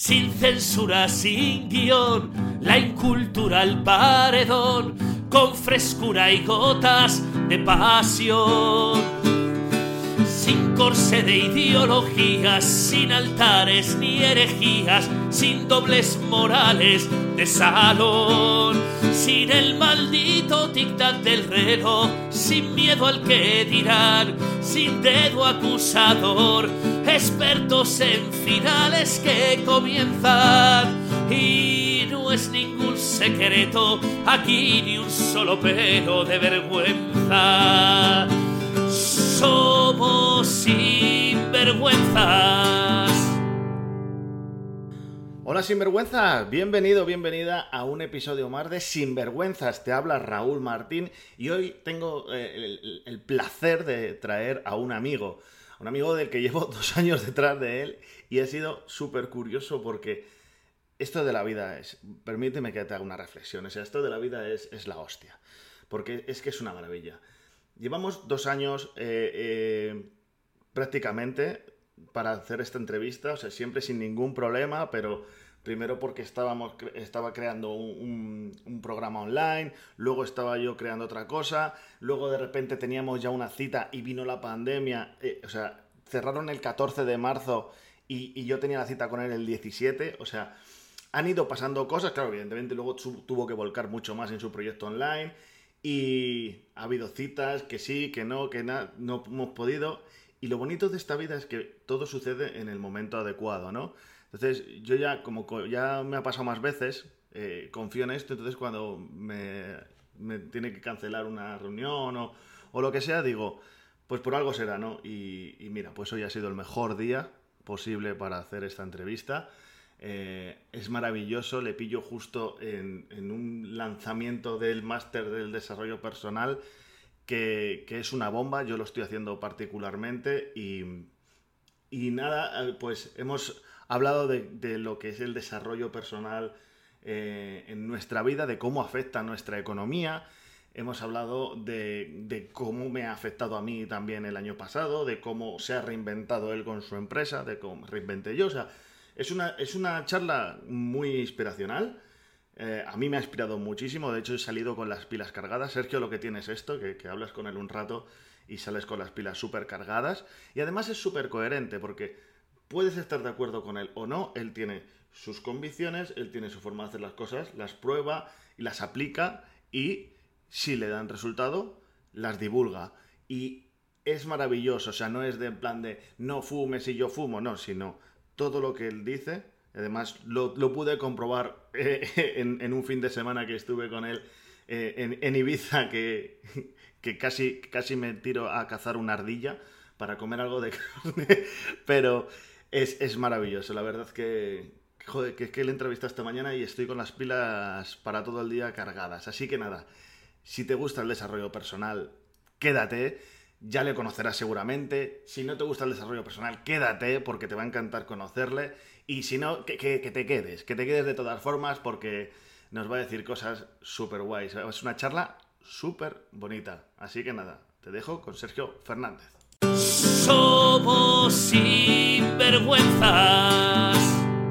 sin censura, sin guión, la incultura al paredón, con frescura y gotas de pasión. Sin corsé de ideologías, sin altares ni herejías, sin dobles morales de salón, sin el maldito tic-tac del reloj, sin miedo al que dirán, sin dedo acusador, expertos en finales que comienzan. Y no es ningún secreto, aquí ni un solo pelo de vergüenza. Somos sinvergüenzas. Hola sinvergüenzas, bienvenido, bienvenida a un episodio más de Sinvergüenzas. Te habla Raúl Martín y hoy tengo el placer de traer a un amigo del que llevo 2 años detrás de él y ha sido súper curioso porque esto de la vida es, permíteme que te haga una reflexión, o sea, esto de la vida es la hostia, porque es que es una maravilla. Llevamos 2 años prácticamente para hacer esta entrevista, o sea, siempre sin ningún problema, pero primero porque estaba creando un programa online, luego estaba yo creando otra cosa, luego de repente teníamos ya una cita y vino la pandemia, o sea, cerraron el 14 de marzo y yo tenía la cita con él el 17, o sea, han ido pasando cosas, claro, evidentemente luego tuvo que volcar mucho más en su proyecto online. Y ha habido citas, que sí, que no hemos podido. Y lo bonito de esta vida es que todo sucede en el momento adecuado, ¿no? Entonces, yo ya, como ya me ha pasado más veces, confío en esto. Entonces, cuando me tiene que cancelar una reunión o lo que sea, digo, pues por algo será, ¿no? Y mira, pues hoy ha sido el mejor día posible para hacer esta entrevista. Es maravilloso, le pillo justo en un lanzamiento del máster del desarrollo personal que es una bomba, yo lo estoy haciendo particularmente y nada, pues hemos hablado de lo que es el desarrollo personal en nuestra vida, de cómo afecta a nuestra economía. Hemos hablado de cómo me ha afectado a mí también el año pasado, de cómo se ha reinventado él con su empresa, de cómo me reinventé yo, o sea, es una charla muy inspiracional. A mí me ha inspirado muchísimo. De hecho, he salido con las pilas cargadas. Sergio, lo que tiene es esto, que hablas con él un rato y sales con las pilas súper cargadas. Y además es súper coherente porque puedes estar de acuerdo con él o no. Él tiene sus convicciones, él tiene su forma de hacer las cosas, las prueba y las aplica y si le dan resultado, las divulga. Y es maravilloso. O sea, no es de en plan de no fumes y yo fumo, no, sino todo lo que él dice. Además, lo pude comprobar en un fin de semana que estuve con él en Ibiza, que casi me tiro a cazar una ardilla para comer algo de carne. Pero es maravilloso. La verdad joder, que le entrevisté esta mañana y estoy con las pilas para todo el día cargadas. Así que nada, si te gusta el desarrollo personal, quédate. Ya le conocerás seguramente. Si no te gusta el desarrollo personal, quédate porque te va a encantar conocerle. Y si no, que te quedes. Que te quedes de todas formas porque nos va a decir cosas súper guays. Es una charla súper bonita. Así que nada, te dejo con Sergio Fernández. Somos sinvergüenzas.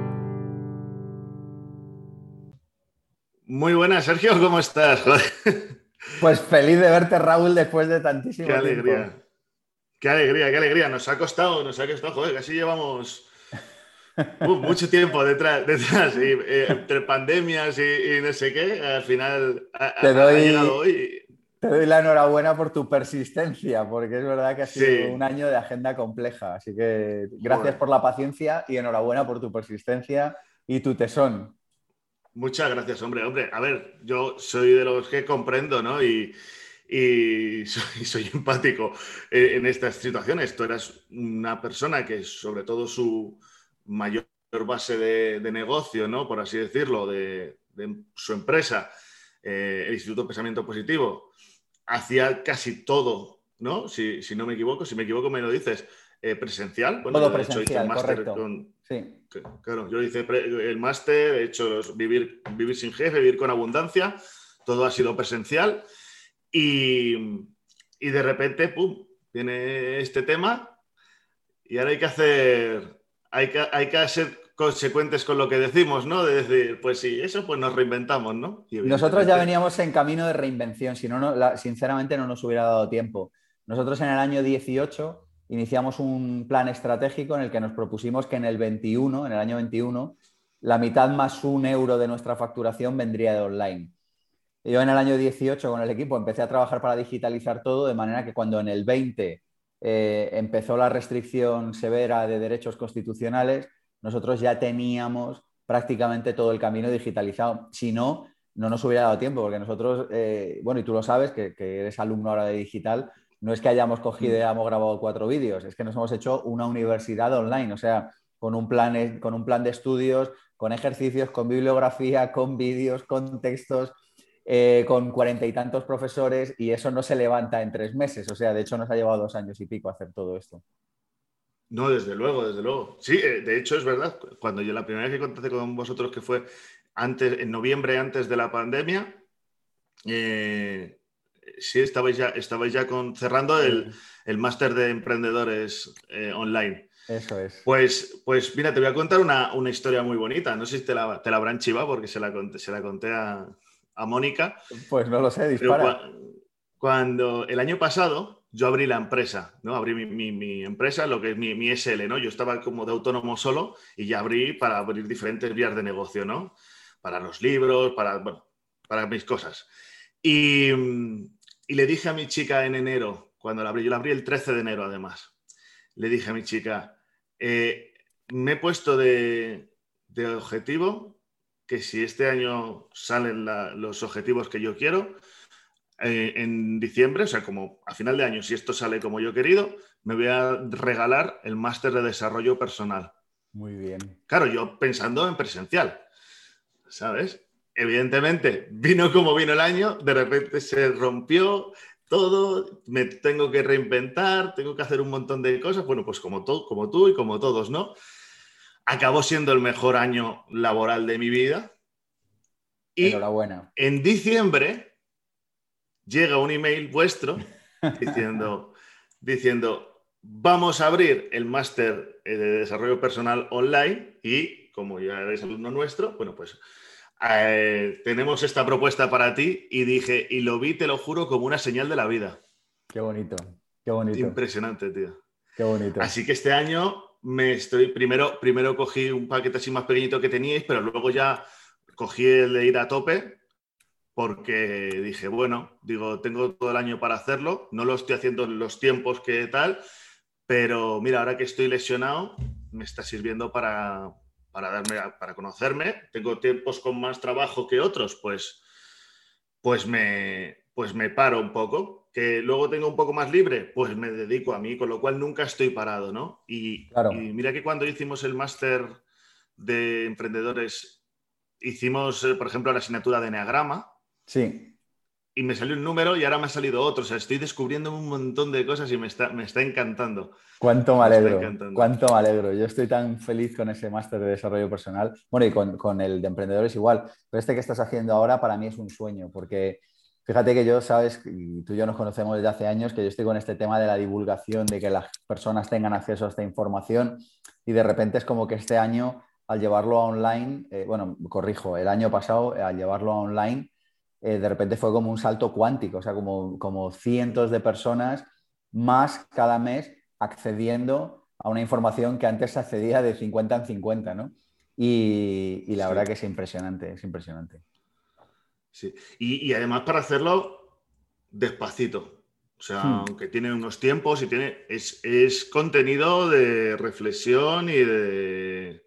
Muy buenas, Sergio, ¿cómo estás? Joder. Pues feliz de verte, Raúl, después de tantísimo Qué tiempo. alegría. Qué alegría, qué alegría. Nos ha costado, joder, casi llevamos mucho tiempo detrás sí, entre pandemias y no sé qué. Al final Te ha llegado doy, hoy. te doy la enhorabuena por tu persistencia, porque es verdad que ha sido un Sí, año de agenda compleja. Así que gracias joder. por la paciencia y enhorabuena por tu persistencia y tu tesón. Muchas gracias, hombre. A ver, yo soy de los que comprendo, ¿no? Y soy empático en estas situaciones. Tú eras una persona que, sobre todo, su mayor base de negocio, ¿no? Por así decirlo, de su empresa, el Instituto de Pensamiento Positivo, hacía casi todo, ¿no? Si no me equivoco, si me equivoco me lo dices, presencial. Bueno, Todo yo de hecho hice el presencial, máster correcto. con... Sí. Claro, yo hice el máster, he hecho vivir sin jefe, vivir con abundancia, todo ha sido presencial y, y de repente, ¡pum!, viene este tema y ahora hay que hacer, hay que ser consecuentes con lo que decimos, ¿no? De decir, pues sí, eso pues nos reinventamos, ¿no? Y Nosotros ya veníamos en camino de reinvención, si no, sinceramente no nos hubiera dado tiempo. Nosotros en el año 18 iniciamos un plan estratégico en el que nos propusimos que en el 21, en el año 21, la mitad más 1 euro de nuestra facturación vendría de online. Yo en el año 18 con el equipo empecé a trabajar para digitalizar todo, de manera que cuando en el 20 empezó la restricción severa de derechos constitucionales, nosotros ya teníamos prácticamente todo el camino digitalizado. Si no, no nos hubiera dado tiempo, porque nosotros, bueno, y tú lo sabes, que eres alumno ahora de digital, no es que hayamos cogido y hayamos grabado 4 vídeos, es que nos hemos hecho una universidad online, o sea, con un plan de estudios, con ejercicios, con bibliografía, con vídeos, con textos, con 40 y tantos profesores, y eso no se levanta en 3 meses. O sea, de hecho nos ha llevado 2 años y pico hacer todo esto. No, desde luego, desde luego. Sí, de hecho es verdad. Cuando yo la primera vez que contacté con vosotros, que fue antes, en noviembre, antes de la pandemia, sí, estabais ya cerrando el máster de emprendedores online. Eso es. Pues mira, te voy a contar una historia muy bonita. No sé si te la habrán chivado porque se la conté a Mónica. Pues no lo sé, Pero dispara. cuando el año pasado yo abrí la empresa, ¿no? Abrí mi empresa, lo que es mi SL, ¿no? Yo estaba como de autónomo solo y ya abrí para abrir diferentes vías de negocio, ¿no? Para los libros, para mis cosas. Y le dije a mi chica en enero, cuando la abrí, yo la abrí el 13 de enero además, le dije a mi chica, me he puesto de objetivo que si este año salen los objetivos que yo quiero, en diciembre, o sea, como a final de año, si esto sale como yo he querido, me voy a regalar el máster de desarrollo personal. Muy bien. Claro, yo pensando en presencial, ¿sabes? Evidentemente, vino como vino el año, de repente se rompió todo, me tengo que reinventar, tengo que hacer un montón de cosas, bueno, pues como tú y como todos, ¿no? Acabó siendo el mejor año laboral de mi vida y Enhorabuena. en diciembre llega un email vuestro diciendo vamos a abrir el máster de desarrollo personal online y como ya eres alumno nuestro, bueno, pues tenemos esta propuesta para ti y dije, y lo vi, te lo juro, como una señal de la vida. Qué bonito, qué bonito. Impresionante, tío. Qué bonito. Así que este año primero cogí un paquete así más pequeñito que teníais, pero luego ya cogí el de ir a tope porque dije, bueno, digo, tengo todo el año para hacerlo, no lo estoy haciendo en los tiempos que tal, pero mira, ahora que estoy lesionado, me está sirviendo para conocerme. Tengo tiempos con más trabajo que otros, pues me paro un poco. Que luego tengo un poco más libre, pues me dedico a mí, con lo cual nunca estoy parado, ¿no? Claro. Y mira que cuando hicimos el máster de emprendedores, hicimos, por ejemplo, la asignatura de Eneagrama. Sí. Y me salió un número y ahora me ha salido otro. O sea, estoy descubriendo un montón de cosas y me está encantando. Cuánto me alegro, cuánto me alegro. Yo estoy tan feliz con ese máster de desarrollo personal. Bueno, y con el de emprendedores igual. Pero este que estás haciendo ahora para mí es un sueño, porque fíjate que yo, sabes, y tú y yo nos conocemos desde hace años, que yo estoy con este tema de la divulgación, de que las personas tengan acceso a esta información y de repente es como que este año, al llevarlo a online, bueno, corrijo, el año pasado, al llevarlo a online, de repente fue como un salto cuántico, o sea, como cientos de personas más cada mes accediendo a una información que antes se accedía de 50 en 50, ¿no? Y la verdad que es impresionante, es impresionante. Sí, y además para hacerlo despacito. O sea, aunque tiene unos tiempos y es contenido de reflexión y de...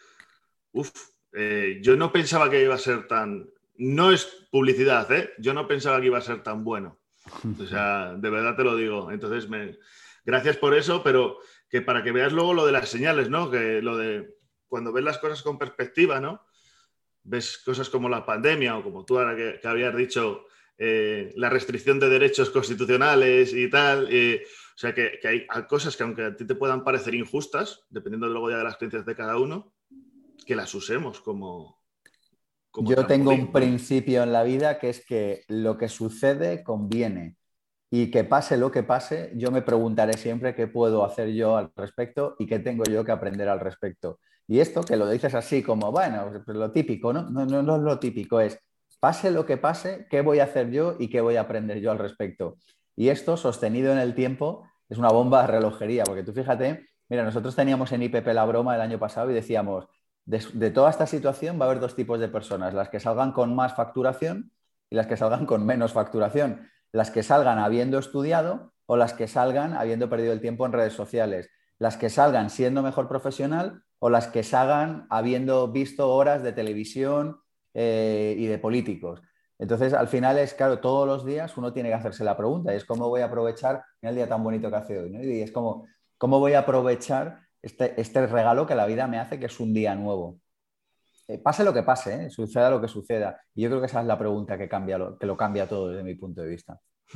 yo no pensaba que iba a ser tan... No es publicidad, ¿eh? Yo no pensaba que iba a ser tan bueno. O sea, de verdad te lo digo. Entonces, gracias por eso, pero que para que veas luego lo de las señales, ¿no? Que lo de cuando ves las cosas con perspectiva, ¿no? Ves cosas como la pandemia o como tú ahora que habías dicho, la restricción de derechos constitucionales y tal. O sea, que hay cosas que aunque a ti te puedan parecer injustas, dependiendo luego ya de las creencias de cada uno, que las usemos como yo tengo un principio en la vida que es que lo que sucede conviene y que pase lo que pase, yo me preguntaré siempre qué puedo hacer yo al respecto y qué tengo yo que aprender al respecto. Y esto, que lo dices así como, bueno, pues lo típico, ¿no? No es lo típico, es pase lo que pase, ¿qué voy a hacer yo y qué voy a aprender yo al respecto? Y esto, sostenido en el tiempo, es una bomba de relojería, porque tú fíjate, mira, nosotros teníamos en IPP la broma el año pasado y decíamos, de toda esta situación va a haber dos tipos de personas, las que salgan con más facturación y las que salgan con menos facturación, las que salgan habiendo estudiado o las que salgan habiendo perdido el tiempo en redes sociales, las que salgan siendo mejor profesional o las que salgan habiendo visto horas de televisión y de políticos. Entonces, al final es, claro, todos los días uno tiene que hacerse la pregunta, y es cómo voy a aprovechar el día tan bonito que hace hoy, ¿no? Y es como, ¿cómo voy a aprovechar este regalo que la vida me hace, que es un día nuevo? Pase lo que pase, suceda lo que suceda. Y yo creo que esa es la pregunta que lo cambia todo desde mi punto de vista.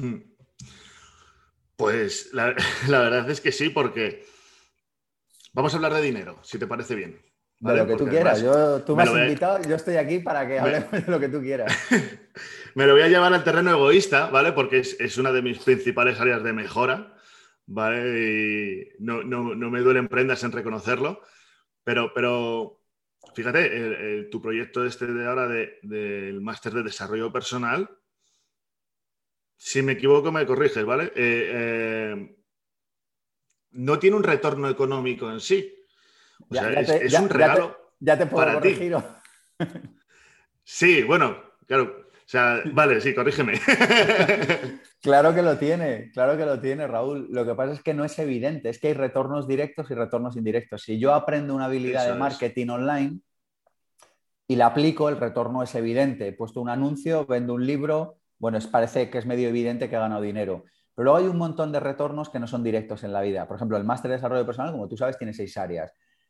Pues la verdad es que sí, porque vamos a hablar de dinero, si te parece bien. ¿Vale? De lo que Porque tú quieras. Tú me has invitado, yo estoy aquí para que hablemos de lo que tú quieras. Me lo voy a llevar al terreno egoísta, ¿vale? Porque es una de mis principales áreas de mejora, ¿vale? Y no me duelen prendas en reconocerlo, pero fíjate, tu proyecto de ahora del máster de desarrollo personal, si me equivoco me corriges, ¿vale? No tiene un retorno económico en sí. O sea, es un regalo ya te puedo para corregir. ti. Sí, bueno, claro. O sea, vale, sí, corrígeme. Claro que lo tiene, Raúl. Lo que pasa es que no es evidente, es que hay retornos directos y retornos indirectos. Si yo aprendo una habilidad de marketing online y la aplico, el retorno es evidente. He puesto un anuncio, vendo un libro, bueno, parece que es medio evidente que he ganado dinero. Pero luego hay un montón de retornos que no son directos en la vida. Por ejemplo, el máster de desarrollo personal, como tú sabes, tiene 6 áreas.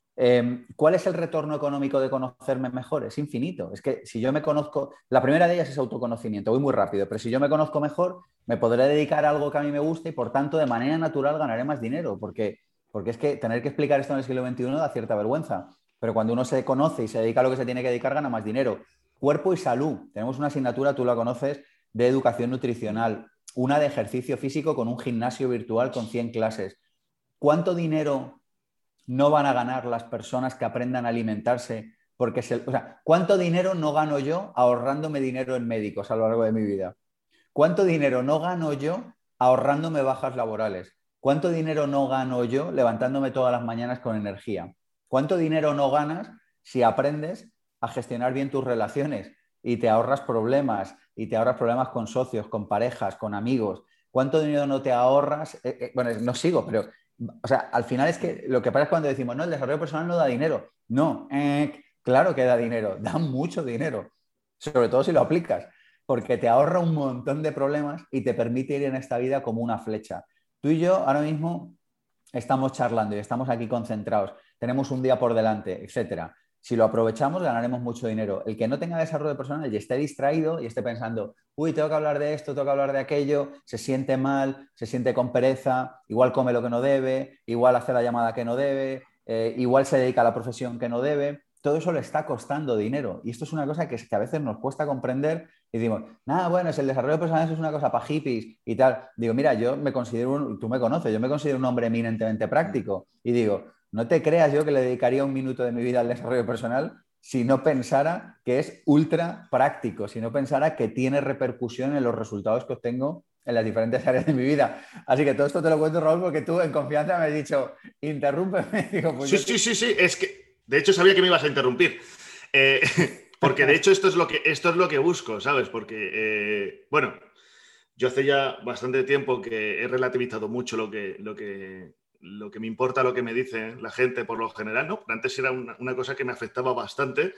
¿Cuál es el retorno económico de conocerme mejor? Es infinito. Es que si yo me conozco, la primera de ellas es autoconocimiento, voy muy rápido, pero si yo me conozco mejor, me podré dedicar a algo que a mí me guste y por tanto de manera natural ganaré más dinero, porque es que tener que explicar esto en el siglo XXI da cierta vergüenza, pero cuando uno se conoce y se dedica a lo que se tiene que dedicar, gana más dinero. Cuerpo y salud. Tenemos una asignatura, tú la conoces, de educación nutricional, una de ejercicio físico con un gimnasio virtual con 100 clases. ¿Cuánto dinero no van a ganar las personas que aprendan a alimentarse? Porque ¿cuánto dinero no gano yo ahorrándome dinero en médicos a lo largo de mi vida? ¿Cuánto dinero no gano yo ahorrándome bajas laborales? ¿Cuánto dinero no gano yo levantándome todas las mañanas con energía? ¿Cuánto dinero no ganas si aprendes a gestionar bien tus relaciones y te ahorras problemas con socios, con parejas, con amigos? ¿Cuánto dinero no te ahorras? Bueno, no sigo, pero o sea, al final es que lo que pasa es cuando decimos, no, el desarrollo personal no da dinero. No, claro que da dinero, da mucho dinero, sobre todo si lo aplicas, porque te ahorra un montón de problemas y te permite ir en esta vida como una flecha. Tú y yo ahora mismo estamos charlando y estamos aquí concentrados, tenemos un día por delante, etcétera. Si lo aprovechamos, ganaremos mucho dinero. El que no tenga desarrollo personal y esté distraído y esté pensando, uy, tengo que hablar de esto, tengo que hablar de aquello, se siente mal, se siente con pereza, igual come lo que no debe, igual hace la llamada que no debe, igual se dedica a la profesión que no debe. Todo eso le está costando dinero. Y esto es una cosa que a veces nos cuesta comprender y decimos, nada, bueno, es el desarrollo personal, eso es una cosa para hippies y tal. Digo, mira, yo me considero, tú me conoces, yo me considero un hombre eminentemente práctico y digo, no te creas yo que le dedicaría un minuto de mi vida al desarrollo personal si no pensara que es ultra práctico, si no pensara que tiene repercusión en los resultados que obtengo en las diferentes áreas de mi vida. Así que todo esto te lo cuento, Raúl, porque tú en confianza me has dicho, interrúmpeme. Digo, pues sí, es que de hecho sabía que me ibas a interrumpir. Porque de hecho esto es lo que busco, ¿sabes? Porque, bueno, yo hace ya bastante tiempo que he relativizado mucho lo que me importa, lo que me dice la gente por lo general, ¿no? Pero antes era una cosa que me afectaba bastante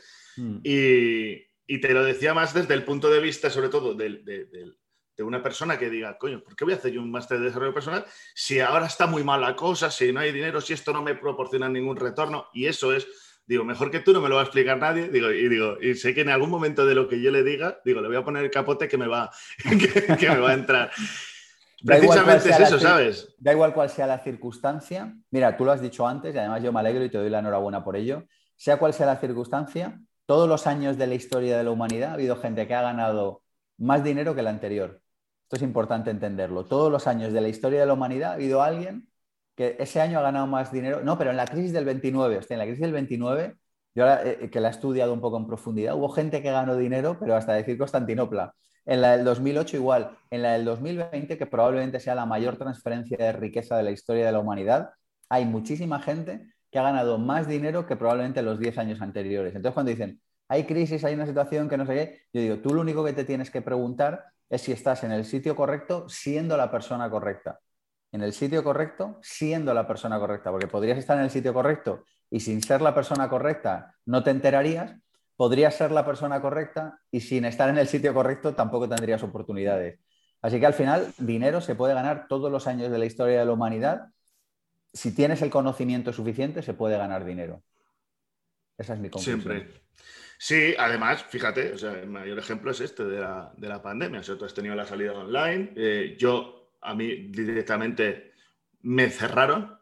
y te lo decía más desde el punto de vista, sobre todo, de una persona que diga, coño, ¿por qué voy a hacer yo un máster de desarrollo personal si ahora está muy mal la cosa, si no hay dinero, si esto no me proporciona ningún retorno? Y eso es, digo, mejor que tú no me lo va a explicar nadie, y sé que en algún momento de lo que yo le diga, le voy a poner el capote que me va a entrar. Precisamente es eso, ¿sabes? Da igual cuál sea la circunstancia. Mira, tú lo has dicho antes y además yo me alegro y te doy la enhorabuena por ello. Sea cual sea la circunstancia, todos los años de la historia de la humanidad ha habido gente que ha ganado más dinero que la anterior. Esto es importante entenderlo. Todos los años de la historia de la humanidad ha habido alguien que ese año ha ganado más dinero. No, pero en la crisis del 29, hostia, en la crisis del 29, yo ahora, que la he estudiado un poco en profundidad, hubo gente que ganó dinero, pero hasta decir Constantinopla. En la del 2008 igual. En la del 2020, que probablemente sea la mayor transferencia de riqueza de la historia de la humanidad, hay muchísima gente que ha ganado más dinero que probablemente los 10 años anteriores. Entonces, cuando dicen, hay crisis, hay una situación que no sé qué, yo digo, tú lo único que te tienes que preguntar es si estás en el sitio correcto siendo la persona correcta. En el sitio correcto siendo la persona correcta, porque podrías estar en el sitio correcto y sin ser la persona correcta no te enterarías, podrías ser la persona correcta y sin estar en el sitio correcto tampoco tendrías oportunidades. Así que al final, dinero se puede ganar todos los años de la historia de la humanidad. Si tienes el conocimiento suficiente, se puede ganar dinero. Esa es mi conclusión. Siempre. Sí, además, fíjate, o sea, el mayor ejemplo es este de la pandemia. O sea, tú has tenido la salida online. A mí directamente me cerraron.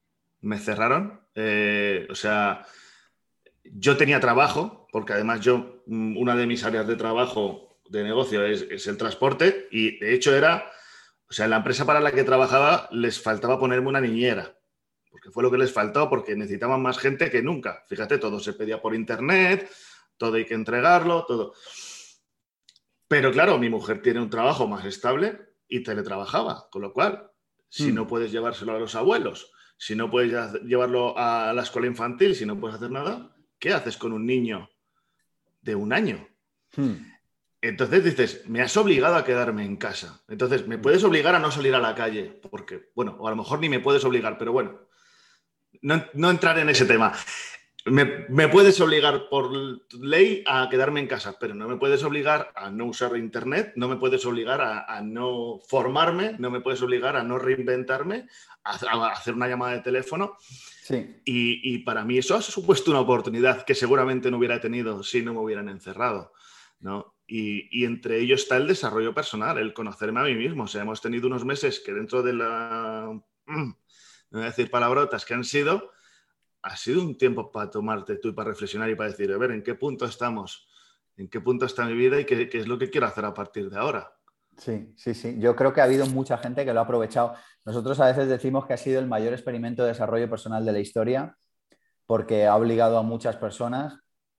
O sea, yo tenía trabajo, porque además una de mis áreas de trabajo, de negocio, es el transporte. Y de hecho o sea, en la empresa para la que trabajaba les faltaba ponerme una niñera. Porque fue lo que les faltó, porque necesitaban más gente que nunca. Fíjate, todo se pedía por internet, todo hay que entregarlo, todo. Pero claro, mi mujer tiene un trabajo más estable y teletrabajaba, con lo cual, si no puedes llevárselo a los abuelos, si no puedes llevarlo a la escuela infantil, si no puedes hacer nada, ¿qué haces con un niño de 1 año? Entonces dices, me has obligado a quedarme en casa. Entonces, me puedes obligar a no salir a la calle, porque, bueno, o a lo mejor ni me puedes obligar, pero bueno, no entrar en ese tema. Me puedes obligar por ley a quedarme en casa, pero no me puedes obligar a no usar internet, no me puedes obligar a no formarme, no me puedes obligar a no reinventarme, a hacer una llamada de teléfono. Sí. Y para mí eso ha supuesto una oportunidad que seguramente no hubiera tenido si no me hubieran encerrado, ¿no? Y entre ellos está el desarrollo personal, el conocerme a mí mismo. O sea, hemos tenido unos meses que dentro de no voy a decir palabrotas que ha sido un tiempo para tomarte tú y para reflexionar y para decir, a ver, ¿en qué punto estamos? ¿En qué punto está mi vida y qué es lo que quiero hacer a partir de ahora? Sí, sí, sí. Yo creo que ha habido mucha gente que lo ha aprovechado. Nosotros a veces decimos que ha sido el mayor experimento de desarrollo personal de la historia porque ha obligado a muchas personas,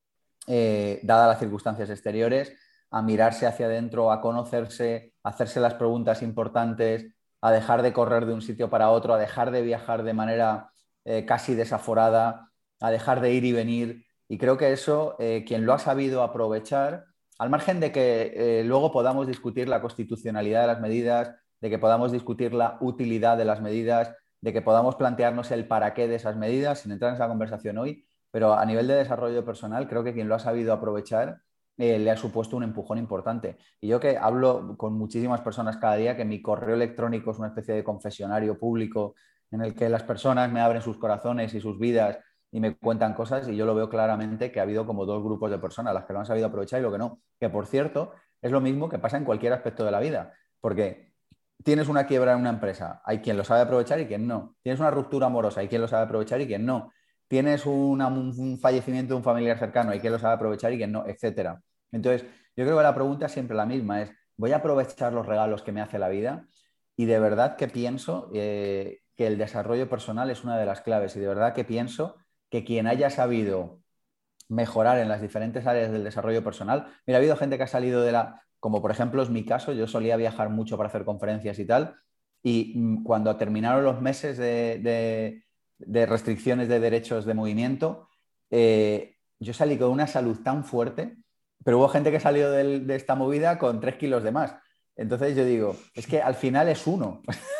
dadas las circunstancias exteriores, a mirarse hacia adentro, a conocerse, a hacerse las preguntas importantes, a dejar de correr de un sitio para otro, a dejar de viajar de manera casi desaforada, a dejar de ir y venir. Y creo que eso, quien lo ha sabido aprovechar, al margen de que luego podamos discutir la constitucionalidad de las medidas, de que podamos discutir la utilidad de las medidas, de que podamos plantearnos el para qué de esas medidas, sin entrar en esa conversación hoy, pero a nivel de desarrollo personal, creo que quien lo ha sabido aprovechar le ha supuesto un empujón importante. Y yo que hablo con muchísimas personas cada día, que mi correo electrónico es una especie de confesionario público en el que las personas me abren sus corazones y sus vidas y me cuentan cosas, y yo lo veo claramente que ha habido como 2 grupos de personas, las que lo han sabido aprovechar y lo que no. Que, por cierto, es lo mismo que pasa en cualquier aspecto de la vida, porque tienes una quiebra en una empresa, hay quien lo sabe aprovechar y quien no. Tienes una ruptura amorosa, hay quien lo sabe aprovechar y quien no. Tienes un fallecimiento de un familiar cercano, hay quien lo sabe aprovechar y quien no, etcétera. Entonces, yo creo que la pregunta es siempre la misma, es, ¿voy a aprovechar los regalos que me hace la vida? Y de verdad que pienso que el desarrollo personal es una de las claves, y de verdad que pienso que quien haya sabido mejorar en las diferentes áreas del desarrollo personal, mira, ha habido gente que ha salido como por ejemplo es mi caso, yo solía viajar mucho para hacer conferencias y tal, y cuando terminaron los meses de restricciones de derechos de movimiento, yo salí con una salud tan fuerte, pero hubo gente que salió de esta movida con 3 kilos de más. Entonces yo digo, es que al final es uno.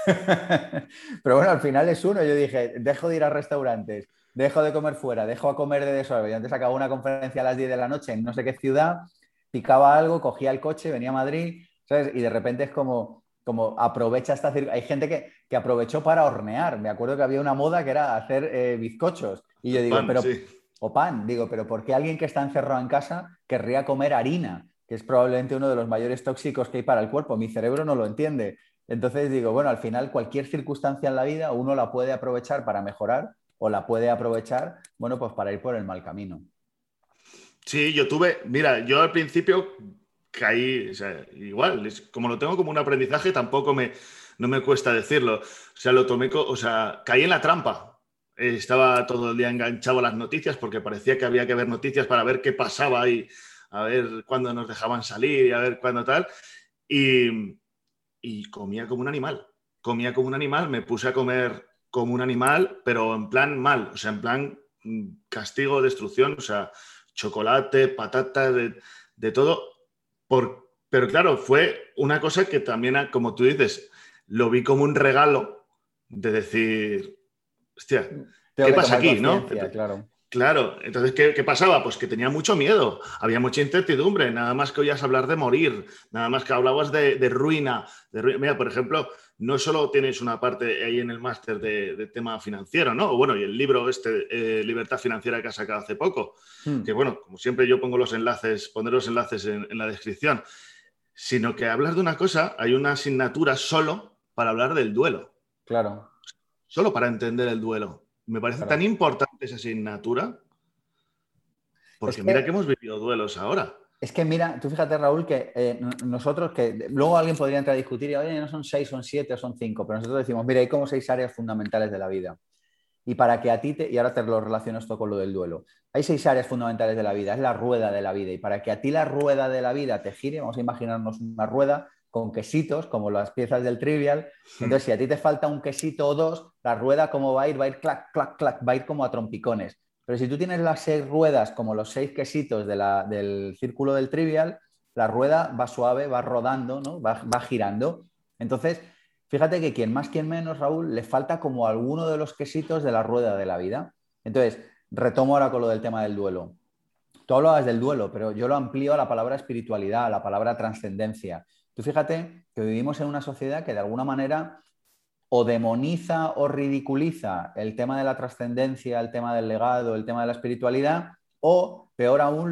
Pero bueno, al final es uno. Yo dije, dejo de ir a restaurantes, dejo de comer fuera, dejo de comer de desorden. Yo antes acababa una conferencia a las 10 de la noche en no sé qué ciudad, picaba algo, cogía el coche, venía a Madrid, ¿sabes? Y de repente es como aprovecha esta circunstancia. Hay gente que aprovechó para hornear. Me acuerdo que había una moda que era hacer bizcochos. Y yo digo, Pan, pero, sí. o pan, digo, pero ¿por qué alguien que está encerrado en casa querría comer harina? Que es probablemente uno de los mayores tóxicos que hay para el cuerpo. Mi cerebro no lo entiende. Entonces digo, bueno, al final cualquier circunstancia en la vida uno la puede aprovechar para mejorar o la puede aprovechar, bueno, pues para ir por el mal camino. Sí, mira, yo al principio caí, o sea, igual, como lo tengo como un aprendizaje, tampoco me no me cuesta decirlo. O sea, lo tomé, o sea, caí en la trampa. Estaba todo el día enganchado a las noticias porque parecía que había que ver noticias para ver qué pasaba y a ver cuándo nos dejaban salir y a ver cuándo tal. Y comía como un animal. Comía como un animal, me puse a comer como un animal, pero en plan mal, o sea, en plan castigo, destrucción, o sea, chocolate, patatas, de todo. Pero claro, fue una cosa que también, como tú dices, lo vi como un regalo de decir, hostia, Tengo ¿qué que pasa tomar aquí, no? conciencia, claro. Claro, entonces, ¿qué pasaba? Pues que tenía mucho miedo, había mucha incertidumbre, nada más que oías hablar de morir, nada más que hablabas de ruina, Mira, por ejemplo, no solo tienes una parte ahí en el máster de tema financiero, ¿no? Bueno, y el libro Libertad Financiera que has sacado hace poco, que bueno, como siempre yo pongo los enlaces, pondré los enlaces en la descripción, sino que hablas de una cosa, hay una asignatura solo para hablar del duelo, Claro, solo para entender el duelo. Me parece tan claro. importante esa asignatura. Es Porque mira que que hemos vivido duelos ahora. Es que mira, tú fíjate, Raúl, que nosotros, que luego alguien podría entrar a discutir y, oye, no son 6, son 7 o son 5, pero nosotros decimos, mira, hay como 6 áreas fundamentales de la vida. Y para que a ti y ahora te lo relaciono esto con lo del duelo, hay 6 áreas fundamentales de la vida, es la rueda de la vida. Y para que a ti la rueda de la vida te gire, vamos a imaginarnos una rueda con quesitos, como las piezas del Trivial. Entonces, si a ti te falta un quesito o dos, la rueda, ¿cómo va a ir? Va a ir clac, clac, clac, va a ir como a trompicones. Pero si tú tienes las 6 ruedas como los 6 quesitos del círculo del Trivial, la rueda va suave, va rodando, ¿no? Va girando. Entonces, fíjate que quien más, quien menos, Raúl, le falta como alguno de los quesitos de la rueda de la vida. Entonces, retomo ahora con lo del tema del duelo. Tú hablabas del duelo, pero yo lo amplío a la palabra espiritualidad, a la palabra trascendencia. Tú fíjate que vivimos en una sociedad que de alguna manera o demoniza o ridiculiza el tema de la trascendencia, el tema del legado, el tema de la espiritualidad, o peor aún,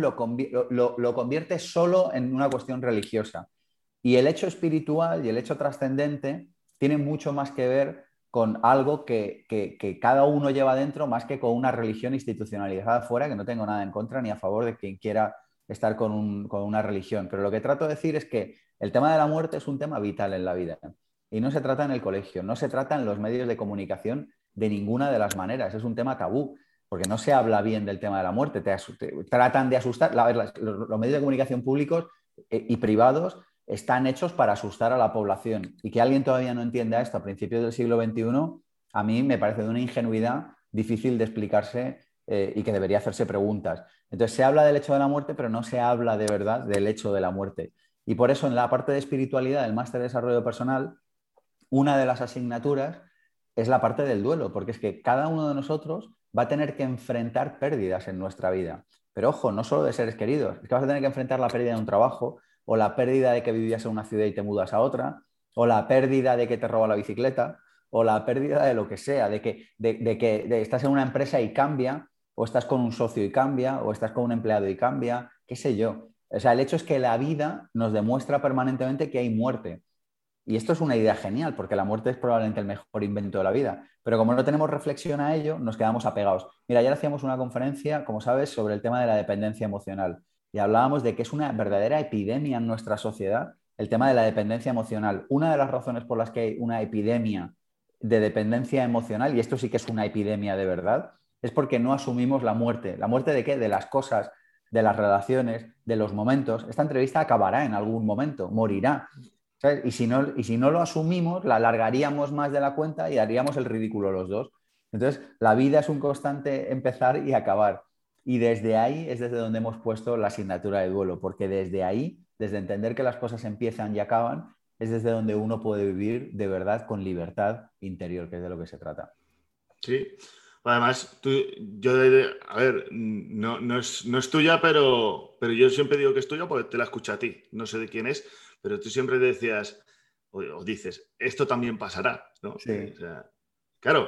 lo convierte solo en una cuestión religiosa. Y el hecho espiritual y el hecho trascendente tienen mucho más que ver con algo que cada uno lleva dentro, más que con una religión institucionalizada fuera, que no tengo nada en contra ni a favor de quien quiera estar con una religión. Pero lo que trato de decir es que el tema de la muerte es un tema vital en la vida. Y no se trata en el colegio, no se trata en los medios de comunicación de ninguna de las maneras. Es un tema tabú, porque no se habla bien del tema de la muerte. Tratan de asustar. Los medios de comunicación públicos y privados están hechos para asustar a la población. Y que alguien todavía no entienda esto a principios del siglo XXI, a mí me parece de una ingenuidad difícil de explicarse y que debería hacerse preguntas. Entonces se habla del hecho de la muerte, pero no se habla de verdad del hecho de la muerte. Y por eso en la parte de espiritualidad del máster de desarrollo personal, una de las asignaturas es la parte del duelo, porque es que cada uno de nosotros va a tener que enfrentar pérdidas en nuestra vida. Pero ojo, no solo de seres queridos, es que vas a tener que enfrentar la pérdida de un trabajo, o la pérdida de que vivías en una ciudad y te mudas a otra, o la pérdida de que te roba la bicicleta, o la pérdida de lo que sea, de que estás en una empresa y cambia, o estás con un socio y cambia, o estás con un empleado y cambia, qué sé yo. O sea, el hecho es que la vida nos demuestra permanentemente que hay muerte. Y esto es una idea genial, porque la muerte es probablemente el mejor invento de la vida. Pero como no tenemos reflexión a ello, nos quedamos apegados. Mira, ayer hacíamos una conferencia, como sabes, sobre el tema de la dependencia emocional. Y hablábamos de que es una verdadera epidemia en nuestra sociedad el tema de la dependencia emocional. Una de las razones por las que hay una epidemia de dependencia emocional, y esto sí que es una epidemia de verdad, es porque no asumimos la muerte. ¿La muerte de qué? De las cosas, de las relaciones, de los momentos. Esta entrevista acabará en algún momento, morirá. ¿Sabes? Y si no lo asumimos, la alargaríamos más de la cuenta y haríamos el ridículo los dos. Entonces, la vida es un constante empezar y acabar. Y desde ahí es desde donde hemos puesto la asignatura de duelo, porque desde ahí, desde entender que las cosas empiezan y acaban, es desde donde uno puede vivir de verdad con libertad interior, que es de lo que se trata. Sí. Además, a ver, no es tuya, pero yo siempre digo que es tuya porque te la escucho a ti. No sé de quién es, pero tú siempre decías o dices, esto también pasará, ¿no? Sí, O sea, claro,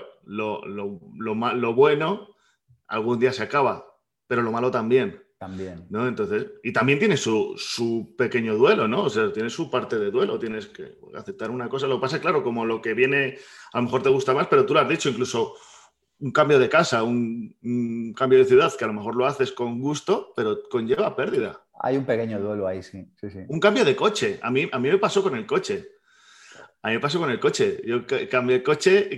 lo bueno algún día se acaba, pero lo malo también, también. ¿no? Entonces, y también tiene su pequeño duelo, ¿no? O sea, tiene su parte de duelo, tienes que aceptar una cosa. Lo que pasa, claro, como lo que viene a lo mejor te gusta más, pero tú lo has dicho, incluso un cambio de casa, un cambio de ciudad, que a lo mejor lo haces con gusto, pero conlleva pérdida. Hay un pequeño duelo ahí, sí, sí, sí. Un cambio de coche. A mí me pasó con el coche. A mí me pasó con el coche. Yo cambié el coche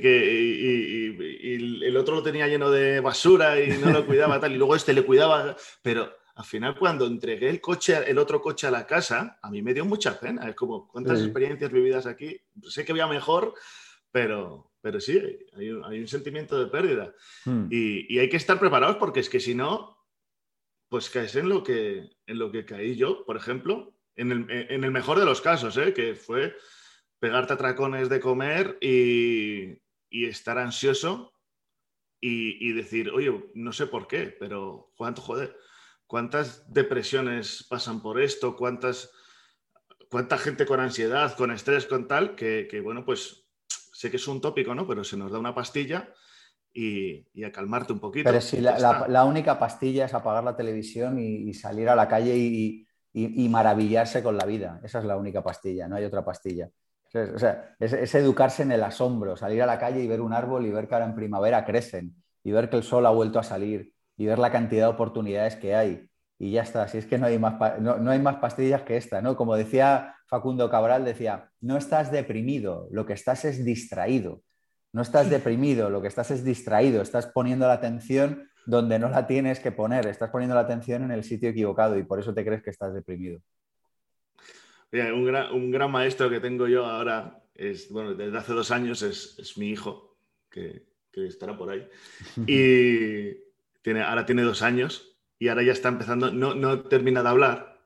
y el otro lo tenía lleno de basura y no lo cuidaba tal. Y luego este le cuidaba. Pero al final, cuando entregué el otro coche a la casa, a mí me dio mucha pena. Es como, ¿cuántas Sí. experiencias vividas aquí? Sé que voy a mejor, pero sí, hay un sentimiento de pérdida. Mm. Y hay que estar preparados porque es que si no, pues caes en lo que caí yo, por ejemplo, en el mejor de los casos, que fue pegarte atracones de comer y estar ansioso y decir, oye, no sé por qué, pero cuántas depresiones pasan por esto, cuánta gente con ansiedad, con estrés, con tal, que bueno, pues sé que es un tópico, ¿no? Pero se nos da una pastilla y a calmarte un Pero poquito sí, y ya está. la única pastilla es apagar la televisión y salir a la calle y maravillarse con la vida. Esa es la única pastilla, no hay otra pastilla. O sea, es educarse en el asombro, salir a la calle y ver un árbol y ver que ahora en primavera crecen y ver que el sol ha vuelto a salir y ver la cantidad de oportunidades que hay. Y ya está, si es que no hay no hay más pastillas que esta, ¿no? Como decía Facundo Cabral, decía, no estás deprimido, lo que estás es distraído. No estás deprimido, lo que estás es distraído, estás poniendo la atención donde no la tienes que poner, estás poniendo la atención en el sitio equivocado y por eso te crees que estás deprimido. Mira, un gran maestro que tengo yo ahora, bueno, desde hace 2 años, es mi hijo, que estará por ahí. Y ahora tiene 2 años y ahora ya está empezando, no termina de hablar,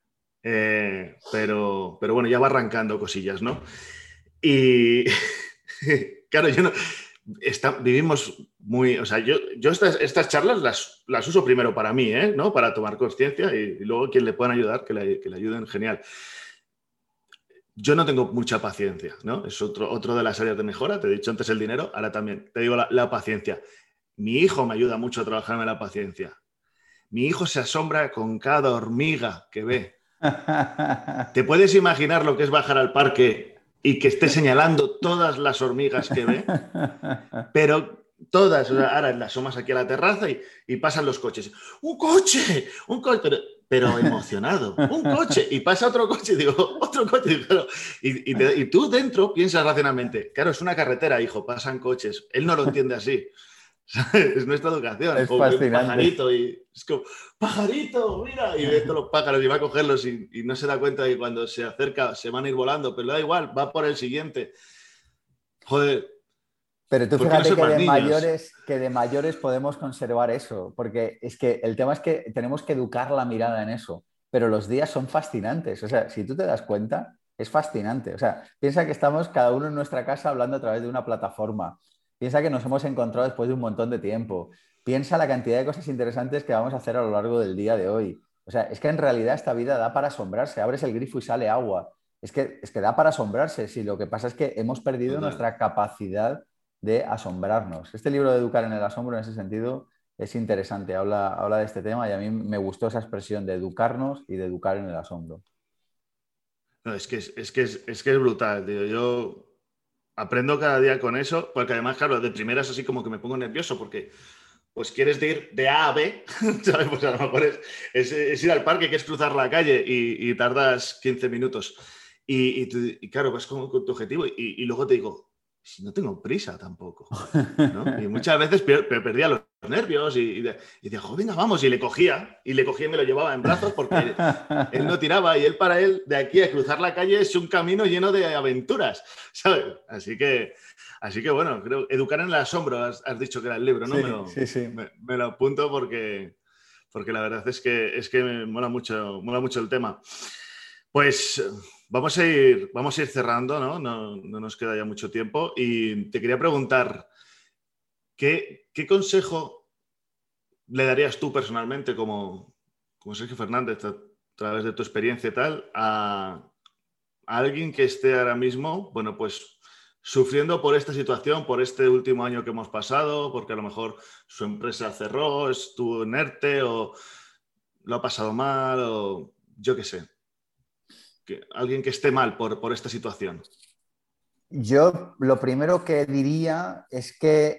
pero bueno, ya va arrancando cosillas, ¿no? Y claro, yo no, vivimos muy, o sea, yo estas charlas las uso primero para mí, ¿no? Para tomar conciencia y luego quien le puedan ayudar, que le ayuden, genial. Yo no tengo mucha paciencia, ¿no? Es otro de las áreas de mejora. Te he dicho antes el dinero, ahora también te digo la paciencia. Mi hijo me ayuda mucho a trabajarme la paciencia. Mi hijo se asombra con cada hormiga que ve. ¿Te puedes imaginar lo que es bajar al parque y que esté señalando todas las hormigas que ve? Pero todas, o sea, ahora las asomas aquí a la terraza y pasan los coches. ¡Un coche! ¡Un coche! Pero emocionado. ¡Un coche! Y pasa otro coche y digo, otro coche. Y tú dentro piensas racionalmente, claro, es una carretera, hijo, pasan coches. Él no lo entiende así. Es nuestra educación. Es O ve un fascinante. pajarito y es como, pajarito, mira, y ve todos los pájaros y va a cogerlos y no se da cuenta de que cuando se acerca se van a ir volando, pero le da igual, va por el siguiente. Joder, Pero tú ¿por qué no fíjate son más niños? que de mayores podemos conservar eso, porque es que el tema es que tenemos que educar la mirada en eso, pero los días son fascinantes. O sea, si tú te das cuenta, es fascinante. O sea, piensa que estamos cada uno en nuestra casa hablando a través de una plataforma. Piensa que nos hemos encontrado después de un montón de tiempo. Piensa la cantidad de cosas interesantes que vamos a hacer a lo largo del día de hoy. O sea, es que en realidad esta vida da para asombrarse. Abres el grifo y sale agua. Es que da para asombrarse. Si lo que pasa es que hemos perdido Total. nuestra capacidad de asombrarnos. Este libro de Educar en el Asombro, en ese sentido, es interesante. Habla de este tema y a mí me gustó esa expresión de educarnos y de educar en el asombro. No, es que es brutal, tío. Yo aprendo cada día con eso, porque además, claro, de primeras así como que me pongo nervioso porque pues quieres ir de A a B, ¿sabes? Pues a lo mejor es ir al parque, que es cruzar la calle y tardas 15 minutos. Y claro, vas con tu objetivo y luego te digo, si no tengo prisa tampoco, ¿no? Y muchas veces perdía los nervios y decía, jo, venga, vamos, y le cogía y me lo llevaba en brazos porque él no tiraba y para él, de aquí a cruzar la calle es un camino lleno de aventuras, ¿sabes? Así que bueno, creo, Educar en el asombro, has dicho que era el libro, ¿no? Me Sí, lo, sí, sí. me, me lo apunto porque la verdad es que me mola mucho el tema. Pues vamos a ir cerrando, ¿no? No nos queda ya mucho tiempo y te quería preguntar, ¿qué consejo le darías tú personalmente como Sergio Fernández a través de tu experiencia y tal a alguien que esté ahora mismo, bueno, pues sufriendo por esta situación, por este último año que hemos pasado, porque a lo mejor su empresa cerró, estuvo en ERTE o lo ha pasado mal o yo qué sé, alguien que esté mal por esta situación? Yo lo primero que diría es que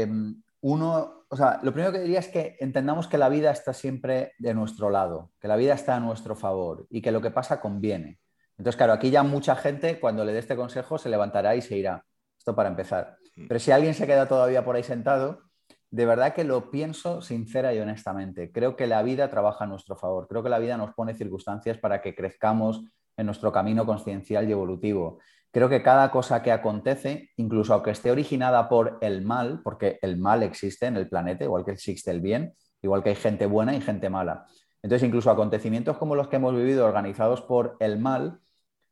o sea, lo primero que diría es que entendamos que la vida está siempre de nuestro lado, que la vida está a nuestro favor y que lo que pasa conviene. Entonces, claro, aquí ya mucha gente, cuando le dé este consejo, se levantará y se irá. Esto para empezar. Pero si alguien se queda todavía por ahí sentado, de verdad que lo pienso sincera y honestamente. Creo que la vida trabaja a nuestro favor. Creo que la vida nos pone circunstancias para que crezcamos en nuestro camino consciencial y evolutivo. Creo que cada cosa que acontece, incluso aunque esté originada por el mal, porque el mal existe en el planeta, igual que existe el bien, igual que hay gente buena y gente mala. Entonces, incluso acontecimientos como los que hemos vivido organizados por el mal,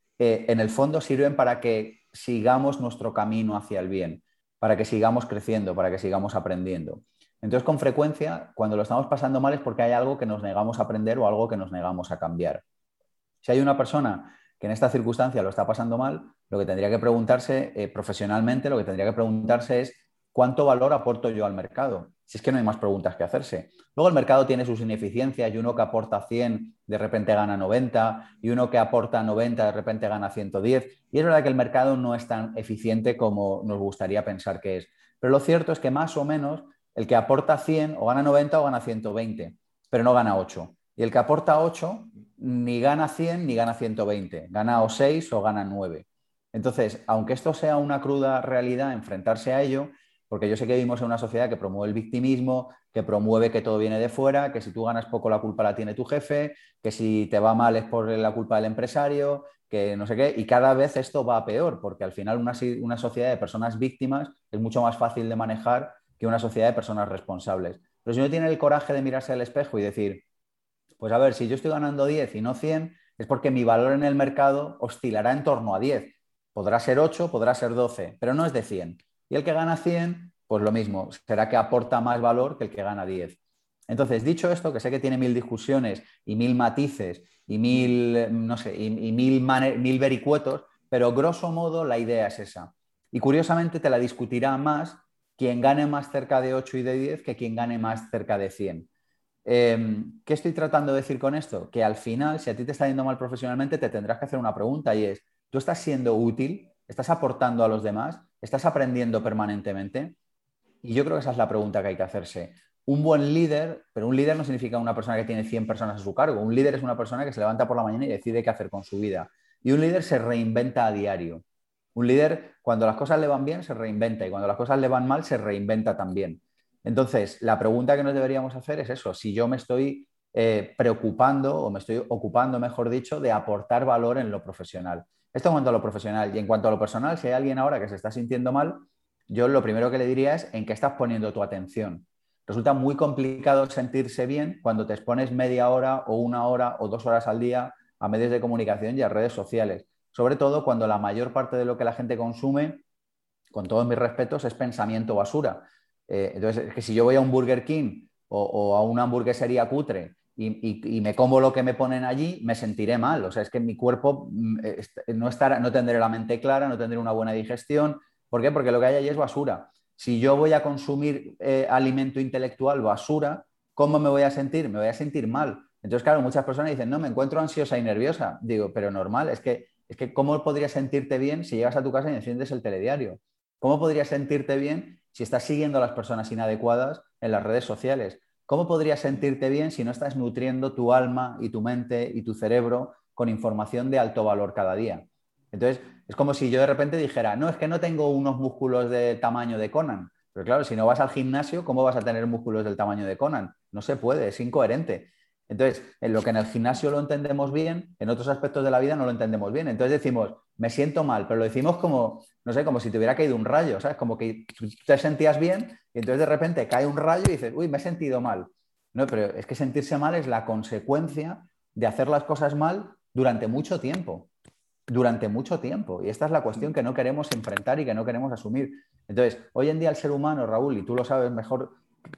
en el fondo sirven para que sigamos nuestro camino hacia el bien, para que sigamos creciendo, para que sigamos aprendiendo. Entonces, con frecuencia, cuando lo estamos pasando mal es porque hay algo que nos negamos a aprender o algo que nos negamos a cambiar. Si hay una persona que en esta circunstancia lo está pasando mal, lo que tendría que preguntarse profesionalmente, lo que tendría que preguntarse es ¿cuánto valor aporto yo al mercado? Si es que no hay más preguntas que hacerse. Luego el mercado tiene sus ineficiencias y uno que aporta 100 de repente gana 90 y uno que aporta 90 de repente gana 110. Y es verdad que el mercado no es tan eficiente como nos gustaría pensar que es. Pero lo cierto es que más o menos el que aporta 100 o gana 90 o gana 120, pero no gana 8. Y el que aporta 8 ni gana 100 ni gana 120, gana o 6 o gana 9. Entonces, aunque esto sea una cruda realidad, enfrentarse a ello, porque yo sé que vivimos en una sociedad que promueve el victimismo, que promueve que todo viene de fuera, que si tú ganas poco la culpa la tiene tu jefe, que si te va mal es por la culpa del empresario, que no sé qué, y cada vez esto va a peor, porque al final una sociedad de personas víctimas es mucho más fácil de manejar que una sociedad de personas responsables. Pero si uno tiene el coraje de mirarse al espejo y decir, pues a ver, si yo estoy ganando 10 y no 100, es porque mi valor en el mercado oscilará en torno a 10. Podrá ser 8, podrá ser 12, pero no es de 100. Y el que gana 100, pues lo mismo, será que aporta más valor que el que gana 10. Entonces, dicho esto, que sé que tiene 1000 discusiones y 1000 matices y 1000, no sé, y 1000 vericuetos, pero grosso modo la idea es esa. Y curiosamente te la discutirá más quien gane más cerca de 8 y de 10 que quien gane más cerca de 100. ¿Qué estoy tratando de decir con esto? Que al final, si a ti te está yendo mal profesionalmente, te tendrás que hacer una pregunta y es, ¿tú estás siendo útil? ¿Estás aportando a los demás? ¿Estás aprendiendo permanentemente? Y yo creo que esa es la pregunta que hay que hacerse. Un buen líder, pero un líder no significa una persona que tiene 100 personas a su cargo. Un líder es una persona que se levanta por la mañana y decide qué hacer con su vida. Y un líder se reinventa a diario. Un líder, cuando las cosas le van bien, se reinventa y cuando las cosas le van mal, se reinventa también. Entonces, la pregunta que nos deberíamos hacer es eso, si yo me estoy preocupando o me estoy ocupando, mejor dicho, de aportar valor en lo profesional. Esto en cuanto a lo profesional. Y en cuanto a lo personal, si hay alguien ahora que se está sintiendo mal, yo lo primero que le diría es en qué estás poniendo tu atención. Resulta muy complicado sentirse bien cuando te expones media hora o 1 hora o 2 horas al día a medios de comunicación y a redes sociales. Sobre todo cuando la mayor parte de lo que la gente consume, con todos mis respetos, es pensamiento basura. Entonces, es que si yo voy a un Burger King o a una hamburguesería cutre y me como lo que me ponen allí, me sentiré mal. O sea, es que mi cuerpo no tendré la mente clara, no tendré una buena digestión. ¿Por qué? Porque lo que hay allí es basura. Si yo voy a consumir alimento intelectual basura, ¿cómo me voy a sentir? Me voy a sentir mal. Entonces, claro, muchas personas dicen, no, me encuentro ansiosa y nerviosa. Digo, pero normal, es que ¿cómo podrías sentirte bien si llegas a tu casa y enciendes el telediario? ¿Cómo podrías sentirte bien si estás siguiendo a las personas inadecuadas en las redes sociales? ¿Cómo podrías sentirte bien si no estás nutriendo tu alma y tu mente y tu cerebro con información de alto valor cada día? Entonces, es como si yo de repente dijera, no, es que no tengo unos músculos de tamaño de Conan. Pero claro, si no vas al gimnasio, ¿cómo vas a tener músculos del tamaño de Conan? No se puede, es incoherente. Entonces, en lo que en el gimnasio lo entendemos bien, en otros aspectos de la vida no lo entendemos bien. Entonces decimos, me siento mal, pero lo decimos como, no sé, como si te hubiera caído un rayo, ¿sabes? Como que te sentías bien y entonces de repente cae un rayo y dices, uy, me he sentido mal. No, pero es que sentirse mal es la consecuencia de hacer las cosas mal durante mucho tiempo. Durante mucho tiempo. Y esta es la cuestión que no queremos enfrentar y que no queremos asumir. Entonces, hoy en día el ser humano, Raúl, y tú lo sabes mejor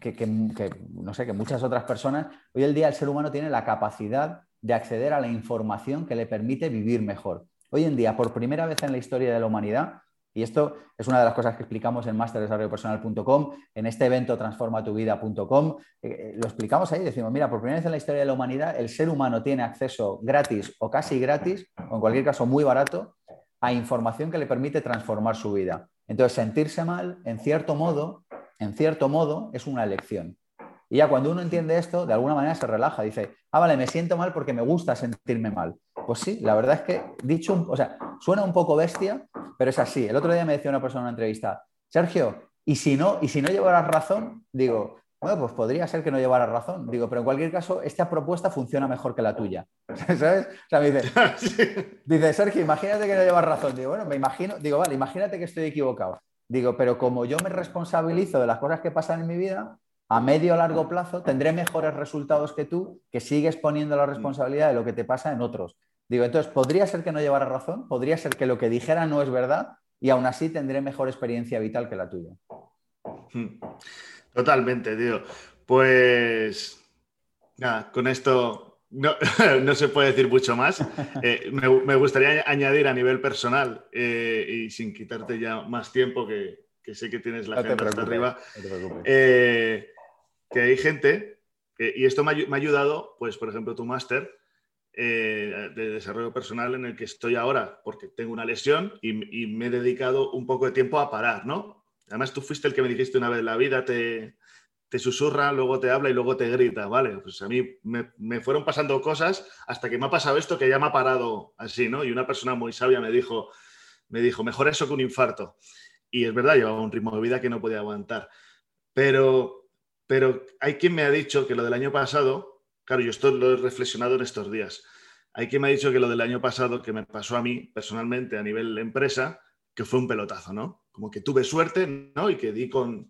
no sé, que muchas otras personas, hoy en día el ser humano tiene la capacidad de acceder a la información que le permite vivir mejor. Hoy en día, por primera vez en la historia de la humanidad, y esto es una de las cosas que explicamos en masterdesarrollopersonal.com, en este evento transformatuvida.com, lo explicamos ahí, decimos, mira, por primera vez en la historia de la humanidad, el ser humano tiene acceso gratis o casi gratis, o en cualquier caso muy barato, a información que le permite transformar su vida. Entonces, sentirse mal, en cierto modo, es una elección. Y ya cuando uno entiende esto, de alguna manera se relaja. Dice, ah, vale, me siento mal porque me gusta sentirme mal. Pues sí, la verdad es que o sea, suena un poco bestia, pero es así. El otro día me decía una persona en una entrevista, Sergio, ¿y si no llevaras razón? Digo, bueno, pues podría ser que no llevaras razón. Digo, pero en cualquier caso, esta propuesta funciona mejor que la tuya. ¿Sabes? O sea, me dice, Sí. dice, Sergio, imagínate que no llevas razón. Digo, bueno, me imagino, digo, vale, imagínate que estoy equivocado. Digo, pero como yo me responsabilizo de las cosas que pasan en mi vida, a medio o largo plazo tendré mejores resultados que tú, que sigues poniendo la responsabilidad de lo que te pasa en otros. Digo, entonces, podría ser que no llevara razón, podría ser que lo que dijera no es verdad y aún así tendré mejor experiencia vital que la tuya. Totalmente, tío. Pues nada, con esto no, no se puede decir mucho más. Me gustaría añadir a nivel personal y sin quitarte ya más tiempo, que sé que tienes la No te agenda hasta preocupes, arriba, no te preocupes. que hay gente, y esto me ha ayudado, pues por ejemplo tu máster de desarrollo personal en el que estoy ahora, porque tengo una lesión y me he dedicado un poco de tiempo a parar, ¿no? Además tú fuiste el que me dijiste una vez, la vida te susurra, luego te habla y luego te grita, ¿vale? Pues a mí me fueron pasando cosas hasta que me ha pasado esto que ya me ha parado así, ¿no? Y una persona muy sabia me dijo, mejor eso que un infarto. Y es verdad, llevaba un ritmo de vida que no podía aguantar. Pero hay quien me ha dicho que lo del año pasado, claro, yo esto lo he reflexionado en estos días, hay quien me ha dicho que lo del año pasado que me pasó a mí personalmente a nivel empresa, que fue un pelotazo, ¿no? Como que tuve suerte, ¿no? Y que di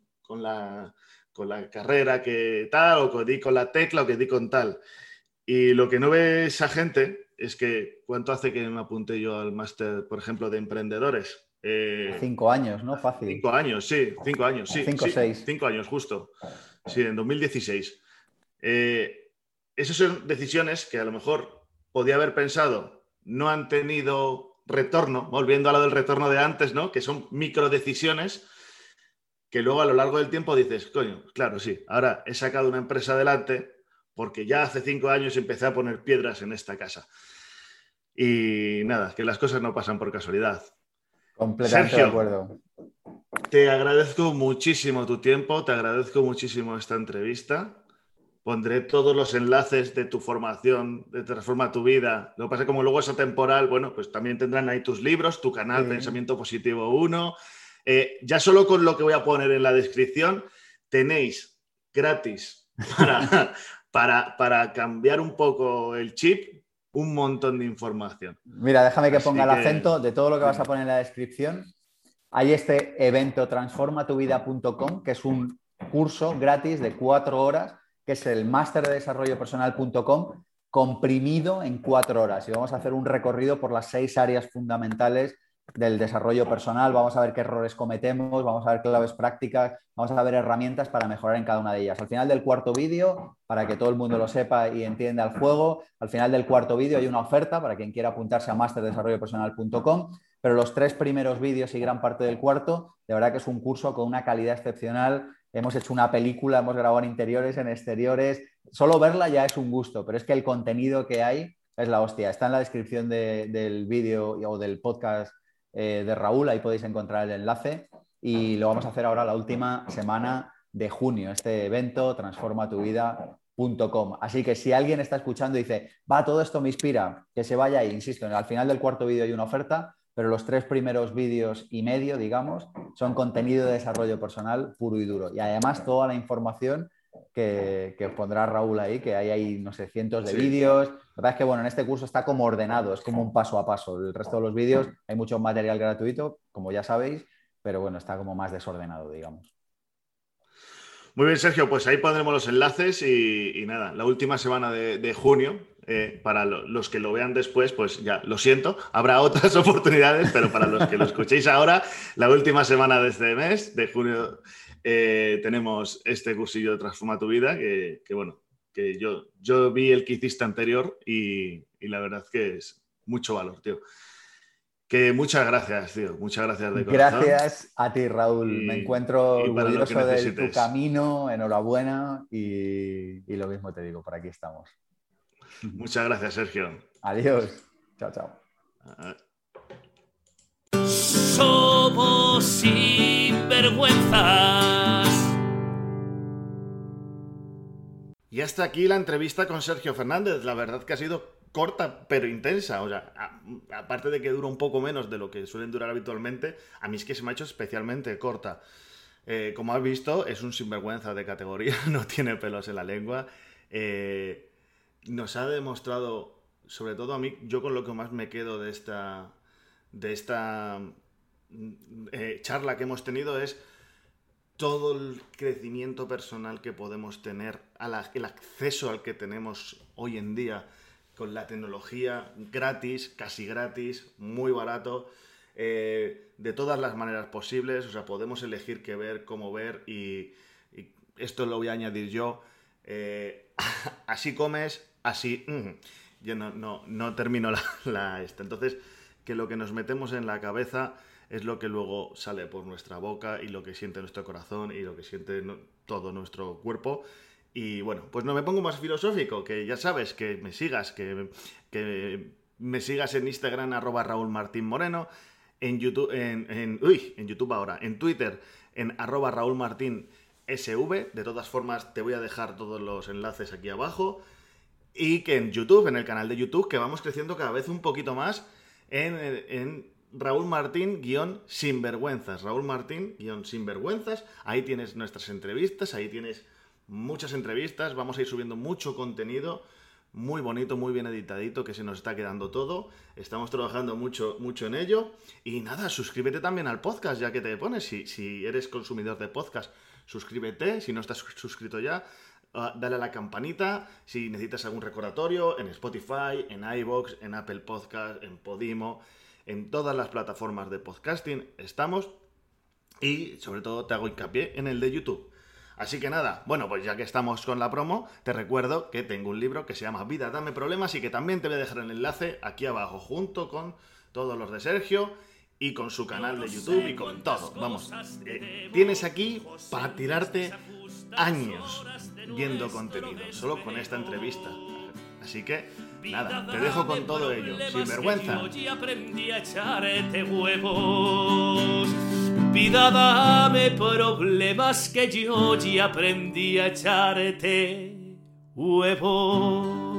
con la carrera que tal, o que di con la tecla, o que di con tal. Y lo que no ve esa gente es que cuánto hace que me apunté yo al máster, por ejemplo, de emprendedores. 5 años, ¿no? Fácil. 5 años, sí, 5 años, O sí, 5 o 6. 5 años justo. Sí, en 2016. Esas son decisiones que a lo mejor podía haber pensado, no han tenido retorno, volviendo a lo del retorno de antes, ¿no? Que son microdecisiones que luego a lo largo del tiempo dices, coño, claro, sí, ahora he sacado una empresa adelante porque ya hace 5 años empecé a poner piedras en esta casa. Y nada, que las cosas no pasan por casualidad. Completamente de Sergio, acuerdo. te agradezco muchísimo tu tiempo, te agradezco muchísimo esta entrevista. Pondré todos los enlaces de tu formación, de Transforma tu Vida. Lo que pasa es que como luego es atemporal, bueno, pues también tendrán ahí tus libros, tu canal Sí. Pensamiento Positivo 1. Ya solo con lo que voy a poner en la descripción, tenéis gratis para cambiar un poco el chip, un montón de información. Mira, déjame que ponga Así el que, acento de todo lo que vas a poner en la descripción. Hay este evento transformatuvida.com, que es un curso gratis de 4 horas, que es el máster de desarrollo personal.com, comprimido en 4 horas. Y vamos a hacer un recorrido por las 6 áreas fundamentales del desarrollo personal. Vamos a ver qué errores cometemos, vamos a ver claves prácticas, vamos a ver herramientas para mejorar en cada una de ellas. Al final del cuarto vídeo, para que todo el mundo lo sepa y entienda el juego, al final del cuarto vídeo hay una oferta para quien quiera apuntarse a masterdesarrollopersonal.com, pero los 3 primeros vídeos y gran parte del cuarto, de verdad que es un curso con una calidad excepcional. Hemos hecho una película, hemos grabado en interiores, en exteriores. Solo verla ya es un gusto, pero es que el contenido que hay es la hostia. Está en la descripción del vídeo o del podcast de Raúl, ahí podéis encontrar el enlace y lo vamos a hacer ahora la última semana de junio, este evento transformatuvida.com. Así que si alguien está escuchando y dice, va, todo esto me inspira, que se vaya ahí, insisto, al final del cuarto vídeo hay una oferta, pero los 3 primeros vídeos y medio, digamos, son contenido de desarrollo personal puro y duro. Y además toda la información que os pondrá Raúl ahí, que hay, no sé, cientos de vídeos. La verdad es que, bueno, en este curso está como ordenado, es como un paso a paso. El resto de los vídeos hay mucho material gratuito, como ya sabéis, pero bueno, está como más desordenado, digamos. muy bien, Sergio, pues ahí pondremos los enlaces y nada, la última semana de junio, para los que lo vean después, pues ya, lo siento, habrá otras oportunidades, pero para los que lo escuchéis ahora, la última semana de este mes, de junio, tenemos este cursillo de Transforma tu Vida, que bueno, que yo vi el que hiciste anterior y la verdad que es mucho valor, tío. Que muchas gracias, tío. Muchas gracias de corazón. Gracias a ti, Raúl. Me encuentro Y para lo que orgulloso de tu necesites. camino. Enhorabuena. Y lo mismo te digo, por aquí estamos. Muchas gracias, Sergio. Adiós. Chao, chao. Somos sinvergüenzas. Y hasta aquí la entrevista con Sergio Fernández. La verdad que ha sido corta pero intensa. O sea, aparte de que dura un poco menos de lo que suelen durar habitualmente, a mí es que se me ha hecho especialmente corta. Como has visto, es un sinvergüenza de categoría, no tiene pelos en la lengua. Nos ha demostrado, sobre todo a mí, yo con lo que más me quedo de esta charla que hemos tenido es todo el crecimiento personal que podemos tener, el acceso al que tenemos hoy en día con la tecnología gratis, casi gratis, muy barato, de todas las maneras posibles. O sea, podemos elegir qué ver, cómo ver, y esto lo voy a añadir yo. Así comes, así... Yo no termino esta. Entonces, que lo que nos metemos en la cabeza es lo que luego sale por nuestra boca y lo que siente nuestro corazón y lo que siente todo nuestro cuerpo. Y bueno, pues no me pongo más filosófico, que ya sabes, que me sigas, que me sigas en Instagram, @RaúlMartínMoreno, en YouTube, en YouTube ahora, en Twitter, en @RaúlMartínSV. De todas formas, te voy a dejar todos los enlaces aquí abajo. Y que en YouTube, en el canal de YouTube, que vamos creciendo cada vez un poquito más, en Raúl Martín-Sinvergüenzas. Raúl Martín-Sinvergüenzas. Ahí tienes nuestras entrevistas, ahí tienes muchas entrevistas. Vamos a ir subiendo mucho contenido, muy bonito, muy bien editadito, que se nos está quedando todo. Estamos trabajando mucho, mucho en ello. Y nada, suscríbete también al podcast, ya que te pones. Si eres consumidor de podcast, suscríbete. Si no estás suscrito ya, dale a la campanita. Si necesitas algún recordatorio, en Spotify, en iVoox, en Apple Podcast, en Podimo, en todas las plataformas de podcasting estamos. Y sobre todo te hago hincapié en el de YouTube. Así que nada, bueno, pues ya que estamos con la promo, te recuerdo que tengo un libro que se llama Vida, dame problemas, y que también te voy a dejar el enlace aquí abajo, junto con todos los de Sergio y con su canal de YouTube y con todo. Vamos, tienes aquí para tirarte años viendo contenido, solo con esta entrevista. Así que, nada, te dejo con todo ello, sin vergüenza. Aprendí a echarte huevos. Vida, dame problemas, que yo ya aprendí a echarte huevos.